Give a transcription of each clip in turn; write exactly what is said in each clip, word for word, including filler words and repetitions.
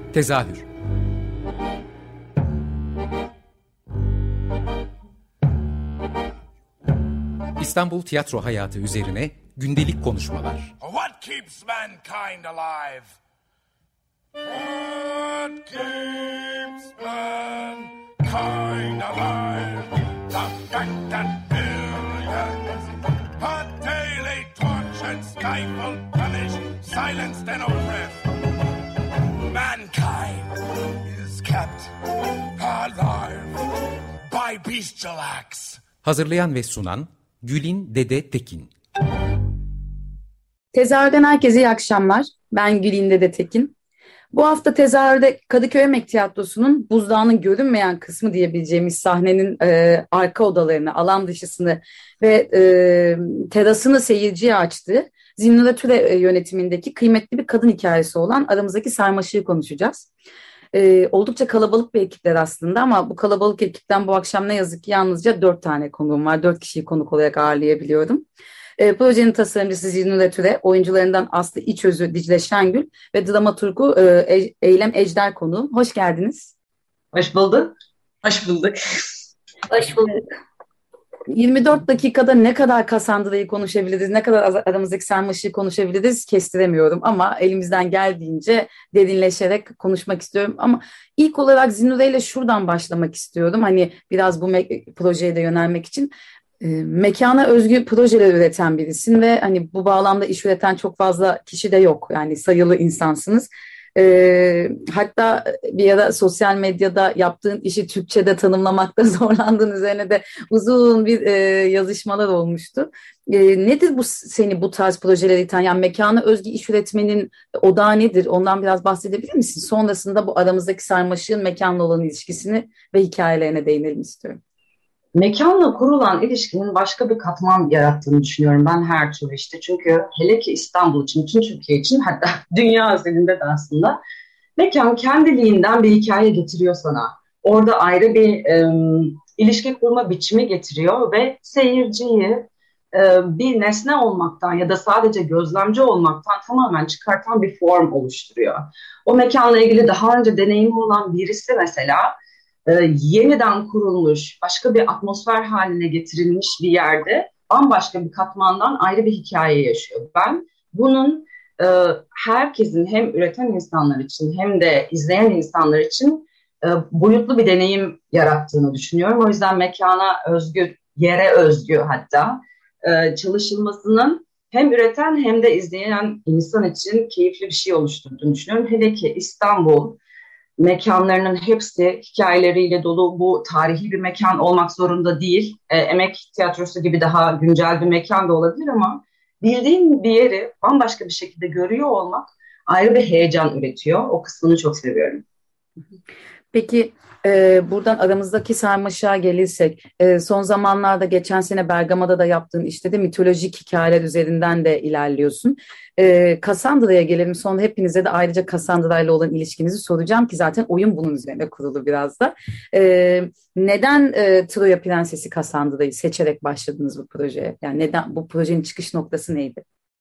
Tezahür. İstanbul tiyatro hayatı üzerine gündelik konuşmalar. What keeps mankind alive? What keeps mankind alive? The fact that billions are daily tortured, stifled, punished, silenced and oppressed. Mankind is kept alive by bestial acts. Hazırlayan ve sunan Gülin Dede Tekin. Tezahürden herkese iyi akşamlar. Ben Gülin Dede Tekin. Bu hafta tezahürde Kadıköy Emek Tiyatrosu'nun buzdağının görünmeyen kısmı diyebileceğimiz sahnenin e, arka odalarını, alan dışısını ve e, terasını seyirciye açtığı Zinnure Türe yönetimindeki kıymetli bir kadın hikayesi olan Aramızdaki Sarmaşık'ı konuşacağız. Ee, oldukça kalabalık bir ekipler aslında ama bu kalabalık ekipten bu akşam ne yazık ki yalnızca dört tane konuğum var. Dört kişiyi konuk olarak ağırlayabiliyorum. Ee, projenin tasarımcısı Zinnure Türe, oyuncularından Aslı İçözü, Dicle Şengül ve dramaturgu e, Eylem Ejder konuğum. Hoş geldiniz. Hoş bulduk. Hoş bulduk. Hoş bulduk. yirmi dört dakikada ne kadar Cassandra'yı konuşabiliriz, ne kadar aramızdaki sarmaşığı konuşabiliriz kestiremiyorum. Ama elimizden geldiğince derinleşerek konuşmak istiyorum. Ama ilk olarak Zinnure ile şuradan başlamak istiyorum. Hani biraz bu me- projeye de yönelmek için. E, mekana özgü projeler üreten birisin ve hani bu bağlamda iş üreten çok fazla kişi de yok. Yani sayılı insansınız. E, hatta bir ara sosyal medyada yaptığın işi Türkçe'de tanımlamakta zorlandığın üzerine de uzun bir e, yazışmalar olmuştu. E, nedir bu seni bu tarz projelere iten? Yani mekana özgü iş üretmenin odağı nedir? Ondan biraz bahsedebilir misin? Sonrasında bu aramızdaki sarmaşığın mekanla olan ilişkisini ve hikayelerine değinelim istiyorum. Mekanla kurulan ilişkinin başka bir katman yarattığını düşünüyorum ben her türlü işte. Çünkü hele ki İstanbul için, bütün Türkiye için, hatta dünya özelinde de aslında mekan kendiliğinden bir hikaye getiriyor sana. Orada ayrı bir e, ilişki kurma biçimi getiriyor ve seyirciyi e, bir nesne olmaktan ya da sadece gözlemci olmaktan tamamen çıkartan bir form oluşturuyor. O mekanla ilgili daha önce deneyimi olan birisi mesela Ee, yeniden kurulmuş, başka bir atmosfer haline getirilmiş bir yerde bambaşka bir katmandan ayrı bir hikaye yaşıyor. Ben bunun e, herkesin hem üreten insanlar için hem de izleyen insanlar için e, boyutlu bir deneyim yarattığını düşünüyorum. O yüzden mekana özgü, yere özgü hatta e, çalışılmasının hem üreten hem de izleyen insan için keyifli bir şey oluşturduğunu düşünüyorum. Hele ki İstanbul mekanlarının hepsi hikayeleriyle dolu. Bu tarihi bir mekan olmak zorunda değil. E, Emek Tiyatrosu gibi daha güncel bir mekan da olabilir ama bildiğin bir yeri bambaşka bir şekilde görüyor olmak ayrı bir heyecan üretiyor. O kısmını çok seviyorum. Peki e, buradan aramızdaki sarmaşığa gelirsek, e, son zamanlarda geçen sene Bergama'da da yaptığın işte de mitolojik hikayeler üzerinden de ilerliyorsun. E, Cassandra'ya gelelim, sonra hepinize de ayrıca Cassandra ile olan ilişkinizi soracağım ki zaten oyun bunun üzerine kurulu biraz da. E, neden e, Troya Prensesi Cassandra'yı seçerek başladınız bu projeye? Yani neden, bu projenin çıkış noktası neydi?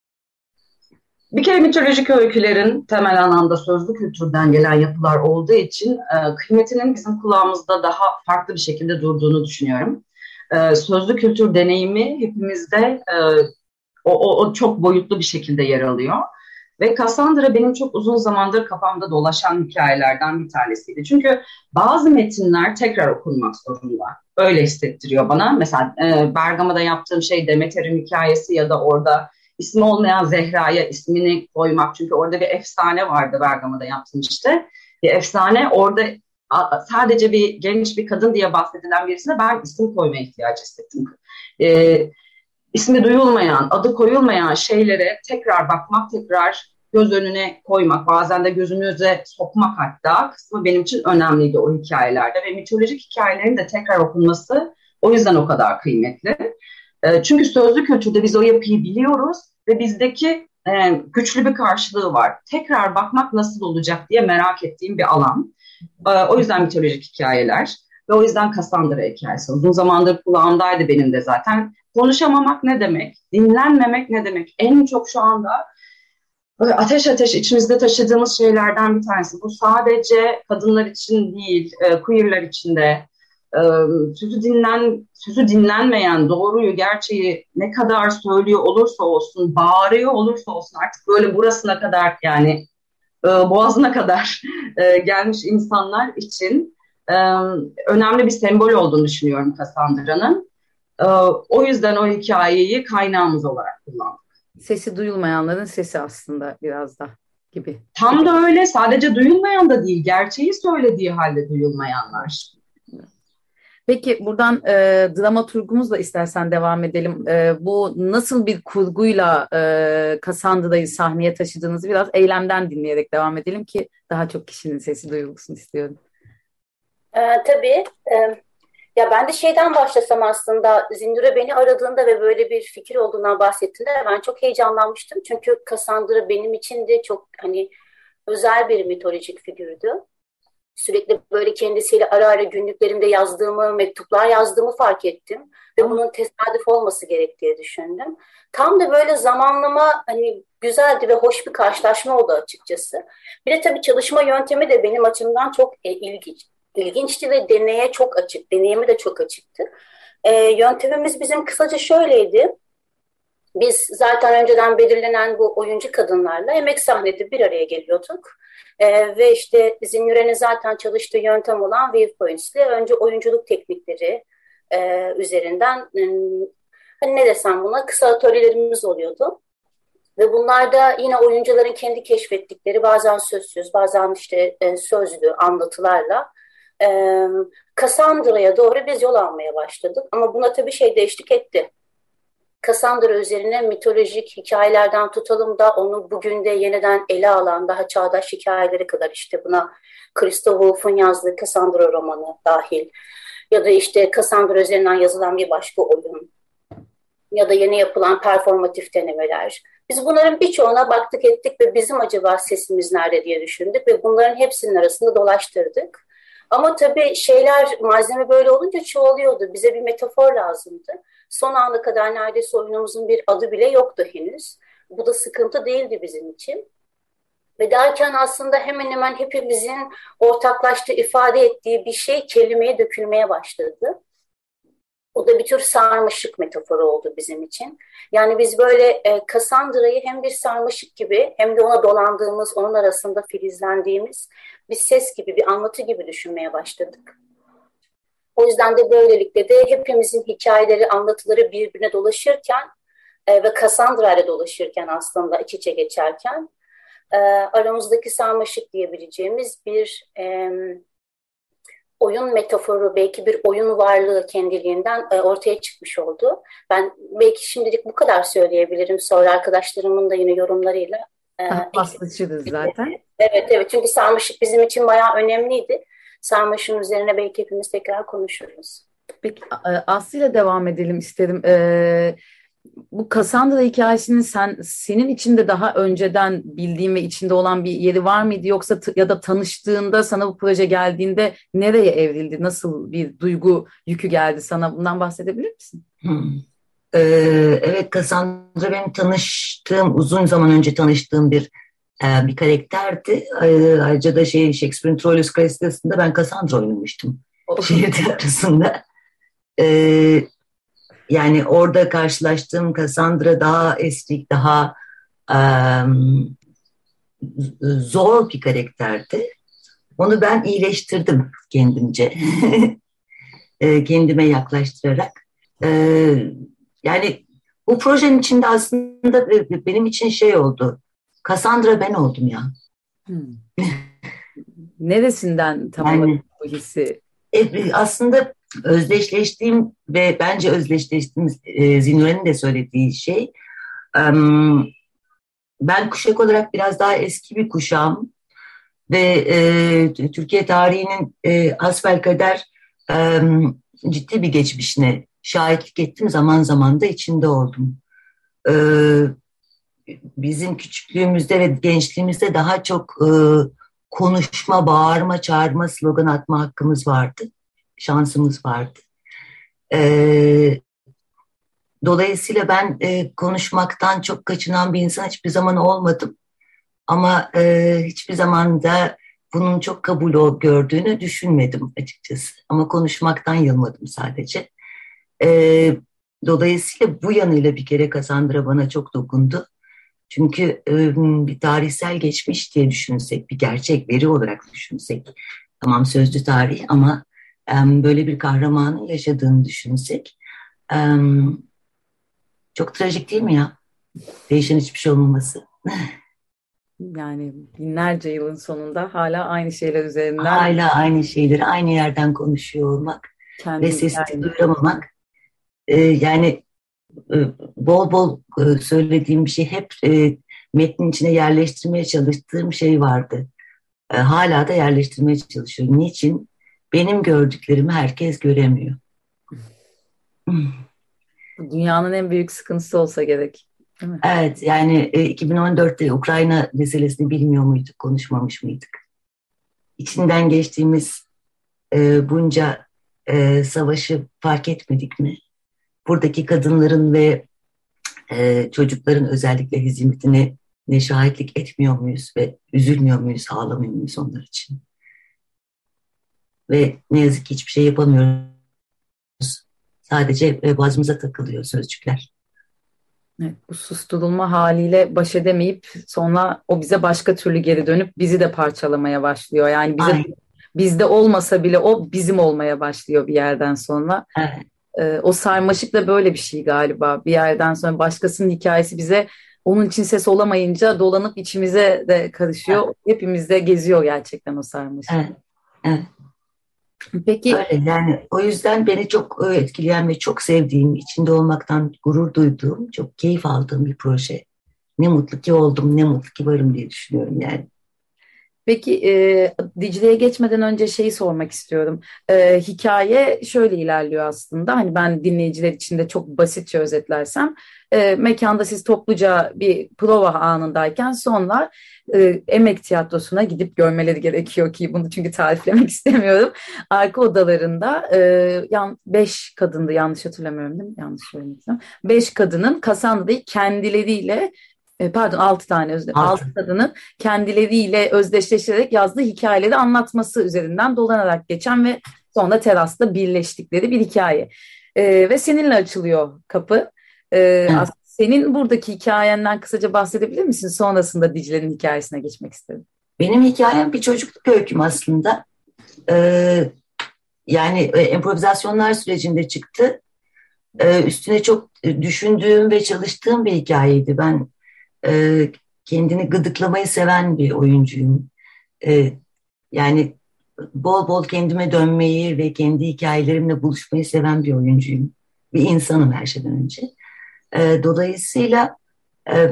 Bir kere mitolojik öykülerin temel anlamda sözlü kültürden gelen yapılar olduğu için e, kıymetinin bizim kulağımızda daha farklı bir şekilde durduğunu düşünüyorum. E, sözlü kültür deneyimi hepimizde e, o, o, o çok boyutlu bir şekilde yer alıyor. Ve Cassandra benim çok uzun zamandır kafamda dolaşan hikayelerden bir tanesiydi. Çünkü bazı metinler tekrar okunmak zorunda. Öyle hissettiriyor bana. Mesela e, Bergama'da yaptığım şey Demeter'in hikayesi ya da orada İsmi olmayan Zehra'ya ismini koymak. Çünkü orada bir efsane vardı Bergama'da yaptığım işte. Bir efsane orada sadece bir genç bir kadın diye bahsedilen birisine ben isim koymaya ihtiyacı hissettim. Ee, ismi duyulmayan, adı koyulmayan şeylere tekrar bakmak, tekrar göz önüne koymak, bazen de gözünüze sokmak hatta kısmı benim için önemliydi o hikayelerde. Ve mitolojik hikayelerin de tekrar okunması o yüzden o kadar kıymetli. Çünkü sözlü kültürde biz o yapıyı biliyoruz ve bizdeki e, güçlü bir karşılığı var. Tekrar bakmak nasıl olacak diye merak ettiğim bir alan. E, o yüzden mitolojik hikayeler ve o yüzden Cassandra hikayesi. Uzun zamandır kulağımdaydı benim de zaten. Konuşamamak ne demek? Dinlenmemek ne demek? En çok şu anda Böyle ateş ateş içimizde taşıdığımız şeylerden bir tanesi. Bu sadece kadınlar için değil, e, queerler için de. E, sözü dinlen, sözü dinlenmeyen, doğruyu, gerçeği ne kadar söylüyor olursa olsun, bağırıyor olursa olsun, artık böyle burasına kadar, yani e, boğazına kadar e, gelmiş insanlar için e, önemli bir sembol olduğunu düşünüyorum Cassandra'nın. E, o yüzden o hikayeyi kaynağımız olarak kullandım. Sesi duyulmayanların sesi aslında biraz da gibi. Tam da öyle. Sadece duyulmayan da değil, gerçeği söylediği halde duyulmayanlar. Peki buradan e, dramaturgumuzla istersen devam edelim. E, bu nasıl bir kurguyla e, Cassandra'yı sahneye taşıdığınızı biraz eylemden dinleyerek devam edelim ki daha çok kişinin sesi duyulsun istiyorum. Ee, tabii. Ee, ya ben de şeyden başlasam aslında, Zinnure beni aradığında ve böyle bir fikir olduğundan bahsettiğinde ben çok heyecanlanmıştım. Çünkü Cassandra benim için de çok hani özel bir mitolojik figürdü. Sürekli böyle kendisiyle ara ara günlüklerimde yazdığımı, mektuplar yazdığımı fark ettim. Ve bunun tesadüf olması gerektiği düşündüm. Tam da böyle zamanlama hani güzeldi ve hoş bir karşılaşma oldu açıkçası. Bir de tabii çalışma yöntemi de benim açımdan çok e, ilginç. İlginçti ve deneye çok açık, deneyimi de çok açıktı. E, yöntemimiz bizim kısaca şöyleydi. Biz zaten önceden belirlenen bu oyuncu kadınlarla emek sahnede bir araya geliyorduk. Ee, ve işte Zinnure'nin zaten çalıştığı yöntem olan Wavepoints ile önce oyunculuk teknikleri e, üzerinden e, hani ne desem buna kısa atölyelerimiz oluyordu. Ve bunlar da yine oyuncuların kendi keşfettikleri bazen sözsüz, bazen işte e, sözlü anlatılarla e, Cassandra'ya doğru biz yol almaya başladık. Ama buna tabii şey de eşlik etti. Cassandra üzerine mitolojik hikayelerden tutalım da onu bugün de yeniden ele alan daha çağdaş hikayelere kadar, işte buna Christoph Wolff'un yazdığı Cassandra romanı dahil ya da işte Cassandra üzerinden yazılan bir başka oyun ya da yeni yapılan performatif denemeler. Biz bunların birçoğuna baktık ettik ve bizim acaba sesimiz nerede diye düşündük ve bunların hepsinin arasında dolaştırdık. Ama tabii şeyler, malzeme böyle olunca çoğalıyordu. Bize bir metafor lazımdı. Son ana kadar neredeyse oyunumuzun bir adı bile yoktu henüz. Bu da sıkıntı değildi bizim için. Ve derken aslında hemen hemen hepimizin ortaklaştığı, ifade ettiği bir şey kelimeye dökülmeye başladı. O da bir tür sarmaşık metaforu oldu bizim için. Yani biz böyle e, Cassandra'yı hem bir sarmaşık gibi hem de ona dolandığımız, onun arasında filizlendiğimiz bir ses gibi, bir anlatı gibi düşünmeye başladık. O yüzden de böylelikle de hepimizin hikayeleri, anlatıları birbirine dolaşırken e, ve Cassandra ile dolaşırken aslında iç içe geçerken e, aramızdaki sarmaşık diyebileceğimiz bir e, oyun metaforu, belki bir oyun varlığı kendiliğinden e, ortaya çıkmış oldu. Ben belki şimdilik bu kadar söyleyebilirim. Sonra arkadaşlarımın da yine yorumlarıyla e, paslaşırız zaten. Evet, evet. Çünkü sarmaşık bizim için bayağı önemliydi. Sarmaşığın üzerine belki hepimiz tekrar konuşuruz. Peki Aslı ile devam edelim isterim. Ee, bu Cassandra hikayesinin sen senin içinde daha önceden bildiğin ve içinde olan bir yeri var mıydı, yoksa t- ya da tanıştığında, sana bu proje geldiğinde nereye evrildi? Nasıl bir duygu yükü geldi sana? Bundan bahsedebilir misin? Hmm. Ee, evet, Cassandra benim tanıştığım, uzun zaman önce tanıştığım bir e, bir karakterdi. Ayrıca da şey, Shakespeare'in Troilus Cressids'inde ben Cassandra oynamıştım. Şehir tiyatrosunda. Ee, Yani orada karşılaştığım Cassandra daha esnek, daha um, zor bir karakterdi. Onu ben iyileştirdim kendimce. Kendime yaklaştırarak. Ee, yani bu projenin içinde aslında benim için şey oldu. Cassandra ben oldum ya. Hmm. Neresinden tam olarak yani, bu hissi? E, aslında özdeşleştiğim ve bence özdeşleştiğimiz e, Zinnure'nin de söylediği şey, um, ben kuşak olarak biraz daha eski bir kuşağım ve e, Türkiye tarihinin e, hasbelkader e, ciddi bir geçmişine şahitlik ettim, zaman zaman da içinde oldum. E, bizim küçüklüğümüzde ve gençliğimizde daha çok e, konuşma, bağırma, çağırma, slogan atma hakkımız vardı. Şansımız vardı. Ee, dolayısıyla ben e, konuşmaktan çok kaçınan bir insan hiçbir zaman olmadım. Ama e, hiçbir zaman da bunun çok kabul o- gördüğünü düşünmedim açıkçası. Ama konuşmaktan yılmadım sadece. E, Dolayısıyla bu yanıyla bir kere Cassandra bana çok dokundu. Çünkü e, bir tarihsel geçmiş diye düşünsek, bir gerçek veri olarak düşünsek, tamam sözlü tarih ama e, böyle bir kahramanın yaşadığını düşünsek, e, çok trajik değil mi ya? Değişen hiçbir şey olmaması. Yani binlerce yılın sonunda hala aynı şeyler üzerinden Hala aynı şeyleri aynı yerden konuşuyor olmak ve kendi sesini hikayeni. duyuramamak. E, yani e, bol bol e, söylediğim bir şey, hep e, metnin içine yerleştirmeye çalıştığım şey vardı. E, hala da yerleştirmeye çalışıyorum. Niçin? Benim gördüklerimi herkes göremiyor. Bu dünyanın en büyük sıkıntısı olsa gerek. Değil mi? Evet, yani e, iki bin on dörtte Ukrayna meselesini bilmiyor muyduk, konuşmamış mıydık? İçinden geçtiğimiz e, bunca e, savaşı fark etmedik mi? Buradaki kadınların ve e, çocukların özellikle hizmetine ne şahitlik etmiyor muyuz ve üzülmüyor muyuz, ağlamıyor muyuz onlar için? Ve ne yazık ki hiçbir şey yapamıyoruz. Sadece e, boğazımıza takılıyor sözcükler. Evet, bu susturulma haliyle baş edemeyip sonra o bize başka türlü geri dönüp bizi de parçalamaya başlıyor. Yani bize Aynen. bizde olmasa bile o bizim olmaya başlıyor bir yerden sonra. Evet, Ee, o sarmaşık da böyle bir şey galiba. Bir yerden sonra başkasının hikayesi bize onun için ses olamayınca dolanıp içimize de karışıyor. Hepimizde geziyor gerçekten o sarmaşık. evet, evet. Peki Öyle yani, o yüzden beni çok e, etkileyen ve çok sevdiğim, içinde olmaktan gurur duyduğum, çok keyif aldığım bir proje. Ne mutlu ki oldum, ne mutlu ki varım diye düşünüyorum yani. Peki e, Dicle'ye geçmeden önce şeyi sormak istiyorum. E, hikaye şöyle ilerliyor aslında. Hani ben dinleyiciler için de çok basitçe özetlersem. E, mekanda siz topluca bir prova anındayken sonra e, Emek Tiyatrosu'na gidip görmeleri gerekiyor ki bunu çünkü tariflemek istemiyorum. Arka odalarında e, yan, beş kadındı yanlış hatırlamıyorum değil mi? Yanlış söylemişim. Beş kadının Cassandra'yı kendileriyle e, pardon altı tane özür dilerim. Altı. Altı kadının kendileriyle özdeşleşerek yazdığı hikayeleri anlatması üzerinden dolanarak geçen ve sonra terasta birleştikleri bir hikaye. Ee, ve seninle açılıyor kapı. Ee, Evet. aslında senin buradaki hikayenden kısaca bahsedebilir misin? Sonrasında Dicle'nin hikayesine geçmek istedim. Benim hikayem bir çocukluk öyküm aslında. Ee, yani e, improvizasyonlar sürecinde çıktı. Ee, üstüne çok e, düşündüğüm ve çalıştığım bir hikayeydi. Ben e, kendini gıdıklamayı seven bir oyuncuyum. E, yani bol bol kendime dönmeyi ve kendi hikayelerimle buluşmayı seven bir oyuncuyum. Bir insanım her şeyden önce. E, dolayısıyla e,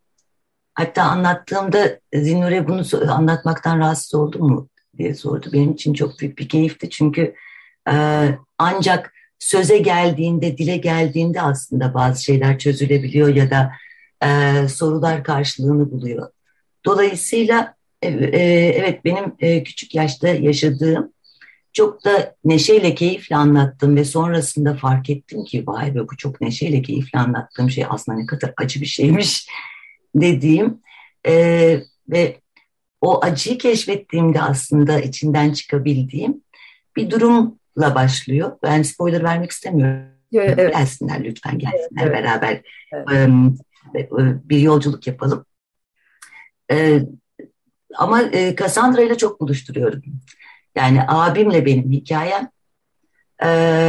hatta anlattığımda Zinnure bunu so- anlatmaktan rahatsız oldu mu diye sordu. Benim için çok büyük bir keyifti çünkü e, ancak söze geldiğinde, dile geldiğinde aslında bazı şeyler çözülebiliyor ya da e, sorular karşılığını buluyor. Dolayısıyla e, e, evet benim e, küçük yaşta yaşadığım çok da neşeyle, keyifle anlattım ve sonrasında fark ettim ki vay be bu çok neşeyle, keyifle anlattığım şey aslında ne kadar acı bir şeymiş dediğim e, ve o acıyı keşfettiğimde aslında içinden çıkabildiğim bir durumla başlıyor. Ben spoiler vermek istemiyorum. Evet. Gelsinler lütfen gelsinler Evet. beraber Evet. e, bir yolculuk yapalım. E, ama e, Cassandra ile çok buluşturuyorum. Yani abimle benim hikayem e,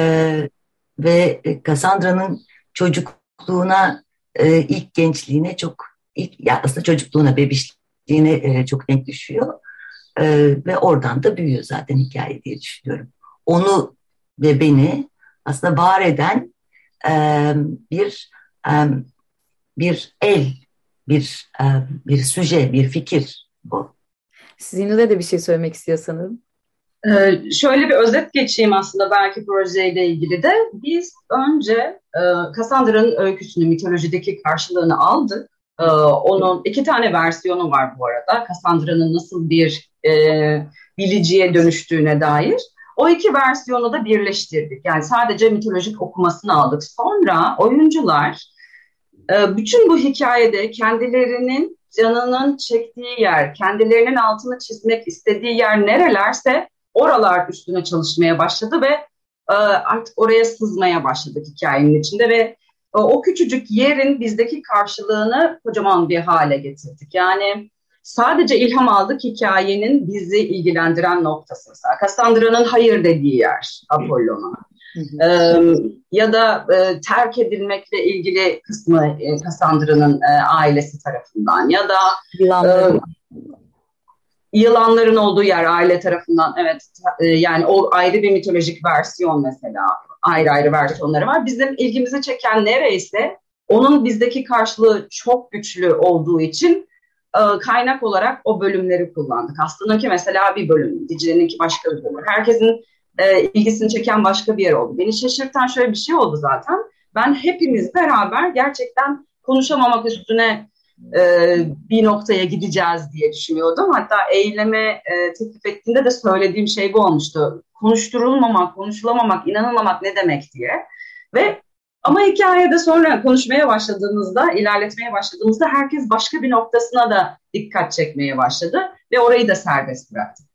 ve Cassandra'nın çocukluğuna, e, ilk gençliğine çok, ilk, ya aslında çocukluğuna, bebişliğine e, çok denk düşüyor. E, ve oradan da büyüyor zaten hikaye diye düşünüyorum. Onu ve beni aslında var eden e, bir e, bir el, bir e, bir süje, bir fikir bu. Zinnure de bir şey söylemek istiyor sanırım. Ee, şöyle bir özet geçeyim aslında belki projeyle ilgili de. Biz önce e, Cassandra'nın öyküsünü, mitolojideki karşılığını aldık. Ee, onun iki tane versiyonu var bu arada. Cassandra'nın nasıl bir e, biliciye dönüştüğüne dair. O iki versiyonu da birleştirdik. Yani sadece mitolojik okumasını aldık. Sonra oyuncular e, bütün bu hikayede kendilerinin canının çektiği yer, kendilerinin altını çizmek istediği yer nerelerse oralar üstüne çalışmaya başladı ve e, artık oraya sızmaya başladık hikayenin içinde ve e, o küçücük yerin bizdeki karşılığını kocaman bir hale getirdik. Yani sadece ilham aldık hikayenin bizi ilgilendiren noktası. Mesela Cassandra'nın hayır dediği yer Apollon'a. Ee, ya da e, terk edilmekle ilgili kısmı e, Cassandra'nın e, ailesi tarafından ya da Yılanların. e, yılanların olduğu yer aile tarafından, evet, e, yani o ayrı bir mitolojik versiyon, mesela ayrı ayrı versiyonları var. Bizim ilgimizi çeken nereyse onun bizdeki karşılığı çok güçlü olduğu için e, kaynak olarak o bölümleri kullandık. Aslı'nınki mesela bir bölüm, Dicle'ninki başka bir bölüm. Herkesin e, ilgisini çeken başka bir yer oldu. Beni şaşırtan şöyle bir şey oldu zaten. Ben hepimiz beraber gerçekten konuşamamak üstüne e, bir noktaya gideceğiz diye düşünüyordum. Hatta eyleme e, teklif ettiğinde de söylediğim şey bu olmuştu. Konuşturulmamak, konuşulamamak, inanılmamak ne demek diye. Ve ama hikayede sonra konuşmaya başladığımızda, ilerletmeye başladığımızda herkes başka bir noktasına da dikkat çekmeye başladı ve orayı da serbest bıraktık.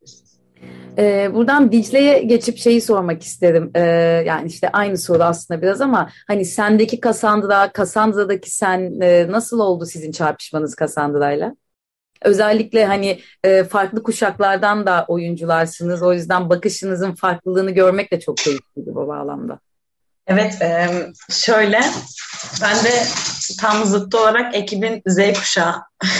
Ee, buradan Dicle'ye geçip şeyi sormak isterim. Ee, yani işte aynı soru aslında biraz ama hani sendeki Cassandra, Cassandra'daki sen e, nasıl oldu sizin çarpışmanız Cassandra'yla? Özellikle hani e, farklı kuşaklardan da oyuncularsınız. O yüzden bakışınızın farklılığını görmek de çok keyifliydi bu bağlamda. Evet, e, şöyle, ben de tam zıttı olarak ekibin Z kuşağı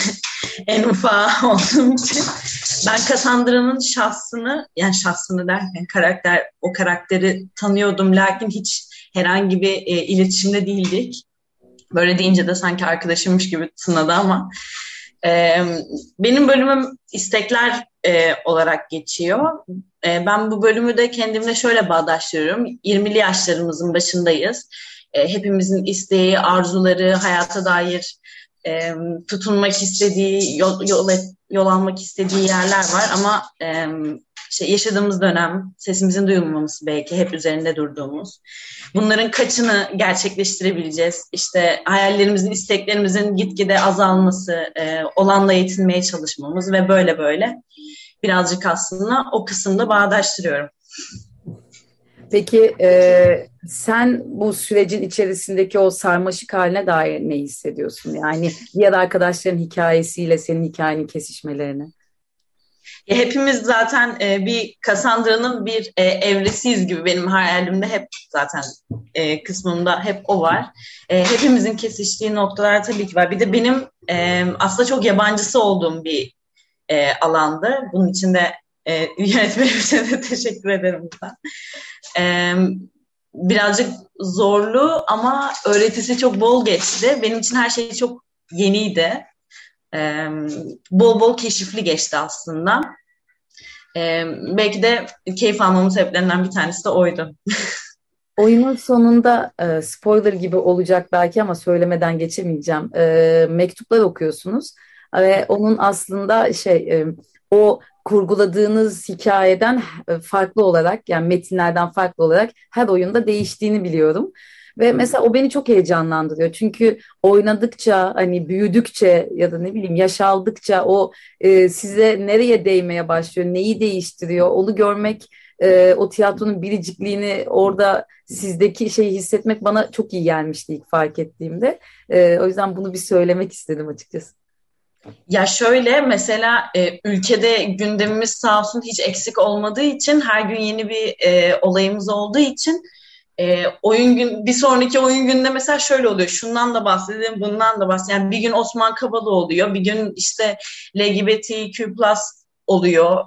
en ufağı olduğum için ben Cassandra'nın şahsını, yani şahsını derken karakter, o karakteri tanıyordum, lakin hiç herhangi bir e, iletişimde değildik. Böyle deyince de sanki arkadaşımmış gibi sınadı ama e, benim bölümüm istekler e, olarak geçiyor. E, ben bu bölümü de kendimle şöyle bağdaştırıyorum. yirmili yaşlarımızın başındayız. E, hepimizin isteği, arzuları, hayata dair e, tutunmak istediği, yol, yol, et, yol almak istediği yerler var ama e, işte yaşadığımız dönem, sesimizin duyulmaması belki hep üzerinde durduğumuz. Bunların kaçını gerçekleştirebileceğiz? İşte hayallerimizin, isteklerimizin gitgide azalması, e, olanla yetinmeye çalışmamız ve böyle böyle birazcık aslında o kısımda bağdaştırıyorum. Peki e, sen bu sürecin içerisindeki o sarmaşık haline dair ne hissediyorsun? Yani diğer arkadaşların hikayesiyle senin hikayenin kesişmelerini. Ya hepimiz zaten e, bir Cassandra'nın bir e, evresiyiz gibi, benim hayalimde hep zaten e, kısmımda hep o var. E, hepimizin kesiştiği noktalar tabii ki var. Bir de benim e, aslında çok yabancısı olduğum bir e, alandı. Bunun için de e, yönetmenimize de teşekkür ederim buradan. E, birazcık zorlu ama öğretisi çok bol geçti. Benim için her şey çok yeniydi. Ee, bol bol keşifli geçti aslında. Ee, belki de keyif almamın sebeplerinden bir tanesi de oydu. Oyunun sonunda e, spoiler gibi olacak belki ama söylemeden geçemeyeceğim. E, mektuplar okuyorsunuz ve onun aslında şey e, o kurguladığınız hikayeden farklı olarak, yani metinlerden farklı olarak her oyunda değiştiğini biliyorum. Ve mesela o beni çok heyecanlandırıyor. Çünkü oynadıkça, hani büyüdükçe ya da ne bileyim yaş aldıkça o e, size nereye değmeye başlıyor, neyi değiştiriyor onu görmek, e, o tiyatronun biricikliğini orada sizdeki şeyi hissetmek bana çok iyi gelmişti ilk fark ettiğimde. E, o yüzden bunu bir söylemek istedim açıkçası. Ya şöyle, mesela e, ülkede gündemimiz sağ olsun hiç eksik olmadığı için, her gün yeni bir e, olayımız olduğu için E, oyun gün, bir sonraki oyun günde mesela şöyle oluyor. Şundan da bahsedelim, bundan da bahsedelim. Yani bir gün Osman Kavala oluyor, bir gün işte L G B T Q plus oluyor.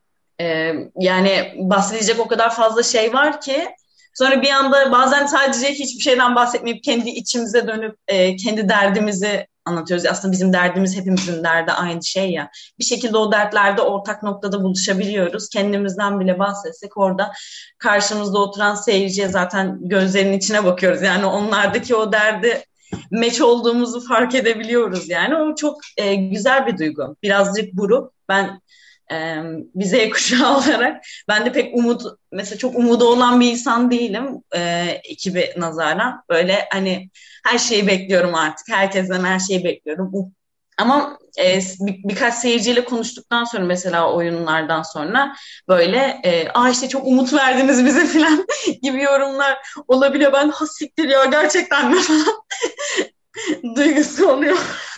E, yani bahsedecek o kadar fazla şey var ki. Sonra bir anda bazen sadece hiçbir şeyden bahsetmeyip kendi içimize dönüp e, kendi derdimizi anlatıyoruz. Aslında bizim derdimiz hepimizin derdi, aynı şey ya. Bir şekilde o dertlerde ortak noktada buluşabiliyoruz. Kendimizden bile bahsetsek orada karşımızda oturan seyirciye zaten gözlerinin içine bakıyoruz. Yani onlardaki o derdi meç olduğumuzu fark edebiliyoruz yani. O çok e, güzel bir duygu. Birazcık buruk. Ben e, bir Z kuşağı olarak ben de pek umut, mesela çok umudu olan bir insan değilim e, ekibi nazaran. Böyle hani her şeyi bekliyorum artık. Herkesten her şeyi bekliyorum. Uh, Ama e, bir, birkaç seyirciyle konuştuktan sonra mesela oyunlardan sonra böyle e, aa işte çok umut verdiniz bize falan gibi yorumlar olabiliyor. Ben ha siktir ya gerçekten mi falan duygusu oluyor.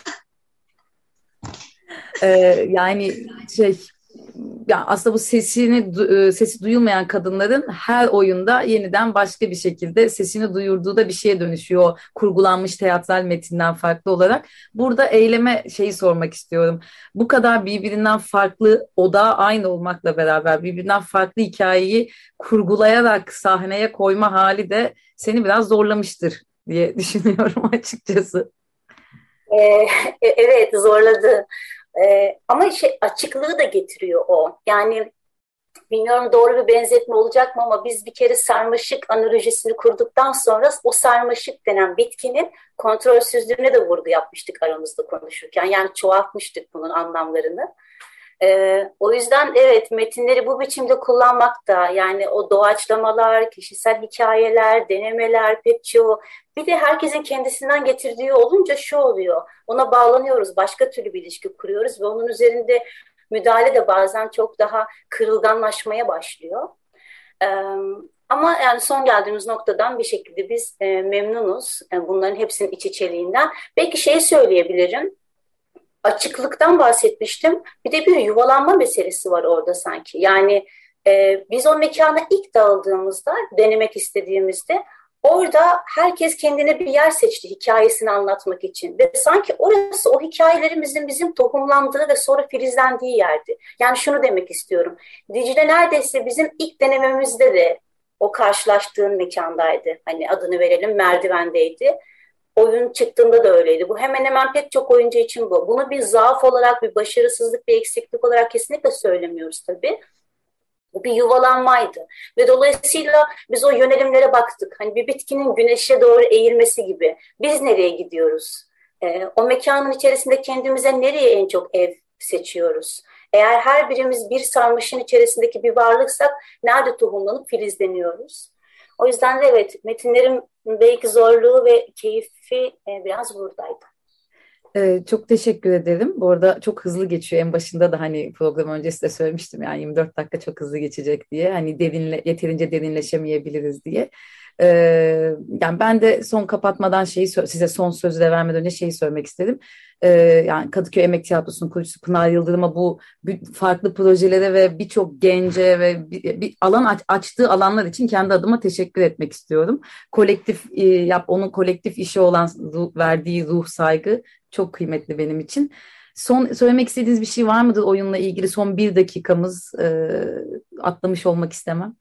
Ee, yani şey ya aslında bu sesini du- e, sesi duyulmayan kadınların her oyunda yeniden başka bir şekilde sesini duyurduğu da bir şeye dönüşüyor. O kurgulanmış teatral metinden farklı olarak. Burada eyleme şeyi sormak istiyorum. Bu kadar birbirinden farklı odağı aynı olmakla beraber birbirinden farklı hikayeyi kurgulayarak sahneye koyma hali de seni biraz zorlamıştır diye düşünüyorum açıkçası. Ee, evet, zorladı. Ee, ama şey, açıklığı da getiriyor o. Yani bilmiyorum doğru bir benzetme olacak mı ama biz bir kere sarmaşık analojisini kurduktan sonra o sarmaşık denen bitkinin kontrolsüzlüğüne de vurgu yapmıştık aramızda konuşurken. Yani çoğaltmıştık bunun anlamlarını. Ee, o yüzden evet, metinleri bu biçimde kullanmak da, yani o doğaçlamalar, kişisel hikayeler, denemeler pek çoğu, bir de herkesin kendisinden getirdiği olunca şu oluyor, ona bağlanıyoruz, başka türlü bir ilişki kuruyoruz ve onun üzerinde müdahale de bazen çok daha kırılganlaşmaya başlıyor. Ee, Ama yani son geldiğimiz noktadan bir şekilde biz e, memnunuz, yani bunların hepsinin iç içeliğinden. Belki şey söyleyebilirim, açıklıktan bahsetmiştim. Bir de bir yuvalanma meselesi var orada sanki. Yani e, biz o mekana ilk dağıldığımızda, denemek istediğimizde orada herkes kendine bir yer seçti hikayesini anlatmak için. Ve sanki orası o hikayelerimizin bizim tohumlandığı ve sonra filizlendiği yerdi. Yani şunu demek istiyorum. Dicle neredeyse bizim ilk denememizde de o karşılaştığın mekandaydı. Hani adını verelim, merdivendeydi. Oyun çıktığında da öyleydi. Bu hemen hemen pek çok oyuncu için bu. Bunu bir zaaf olarak, bir başarısızlık, bir eksiklik olarak kesinlikle söylemiyoruz tabii. Bu bir yuvalanmaydı. Ve dolayısıyla biz o yönelimlere baktık. Hani bir bitkinin güneşe doğru eğilmesi gibi. Biz nereye gidiyoruz? Ee, o mekanın içerisinde kendimize nereye en çok ev seçiyoruz? Eğer her birimiz bir sarmaşın içerisindeki bir varlıksak nerede tohumlanıp filizleniyoruz? O yüzden de evet, metinlerin belki zorluğu ve keyfi e, biraz buradaydı. Ee, çok teşekkür ederim. Bu arada çok hızlı geçiyor. En başında da hani program öncesi de söylemiştim yani yirmi dört dakika çok hızlı geçecek diye. Hani derinle, yeterince derinleşemeyebiliriz diye. Ee, Yani ben de son kapatmadan şeyi size son sözü de vermeden önce şeyi söylemek istedim. Ee, Yani Kadıköy Emek Tiyatrosu'nun kurucusu Pınar Yıldırım'a bu farklı projelere ve birçok gence ve bir, bir alan aç, açtığı alanlar için kendi adıma teşekkür etmek istiyorum. Kolektif e, yap onun kolektif işi olan ruh, verdiği ruh, saygı çok kıymetli benim için. Son söylemek istediğiniz bir şey var mıdır oyunla ilgili? Son bir dakikamız e, atlamış olmak istemem.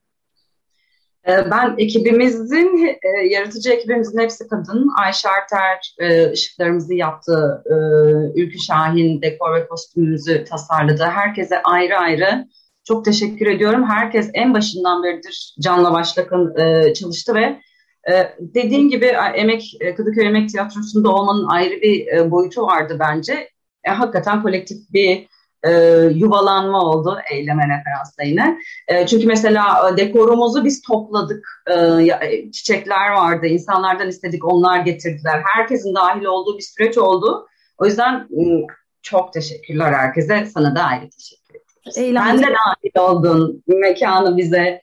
Ee, Ben ekibimizin, e, yaratıcı ekibimizin hepsi kadın. Ayşe Arter e, ışıklarımızı yaptı. E, Ülkü Şahin dekor ve kostümümüzü tasarladı. Herkese ayrı ayrı çok teşekkür ediyorum. Herkes en başından beridir canla başla e, çalıştı ve e, dediğim gibi emek Kadıköy Emek Tiyatrosu'nda olmanın ayrı bir e, boyutu vardı bence. E, hakikaten kolektif bir e, yuvalanma oldu, eyleme referansla yine. E, çünkü mesela e, dekorumuzu biz topladık. E, çiçekler vardı. İnsanlardan istedik, onlar getirdiler. Herkesin dahil olduğu bir süreç oldu. O yüzden e, çok teşekkürler herkese. Sana da ayrı teşekkür ederiz. Eylem. Sen de dahil oldun. Mekanı bize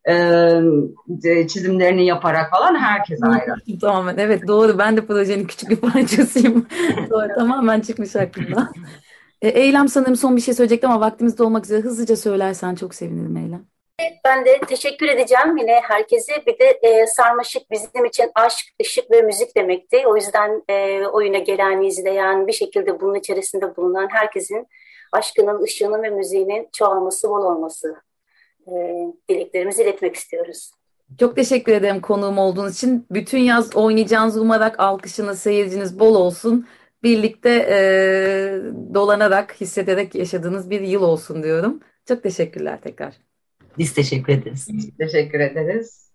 e, çizimlerini yaparak falan herkese ayrı. Tamamen evet, doğru. Ben de projenin küçük bir parçasıyım. Doğru, tamamen çıkmış aklımdan. E, Eylem sanırım son bir şey söyleyecekti ama vaktimiz de olmak üzere. Hızlıca söylersen çok sevinirim Eylem. Ben de teşekkür edeceğim yine herkese. Bir de e, sarmaşık bizim için aşk, ışık ve müzik demekti. O yüzden e, oyuna gelen, izleyen, bir şekilde bunun içerisinde bulunan herkesin aşkının, ışığının ve müziğinin çoğalması, bol olması e, dileklerimizi iletmek istiyoruz. Çok teşekkür ederim konuğum olduğunuz için. Bütün yaz oynayacağınızı umarak alkışınız, seyirciniz bol olsun. Birlikte e, dolanarak, hissederek yaşadığınız bir yıl olsun diyorum. Çok teşekkürler tekrar. Biz teşekkür ederiz. Teşekkür ederiz.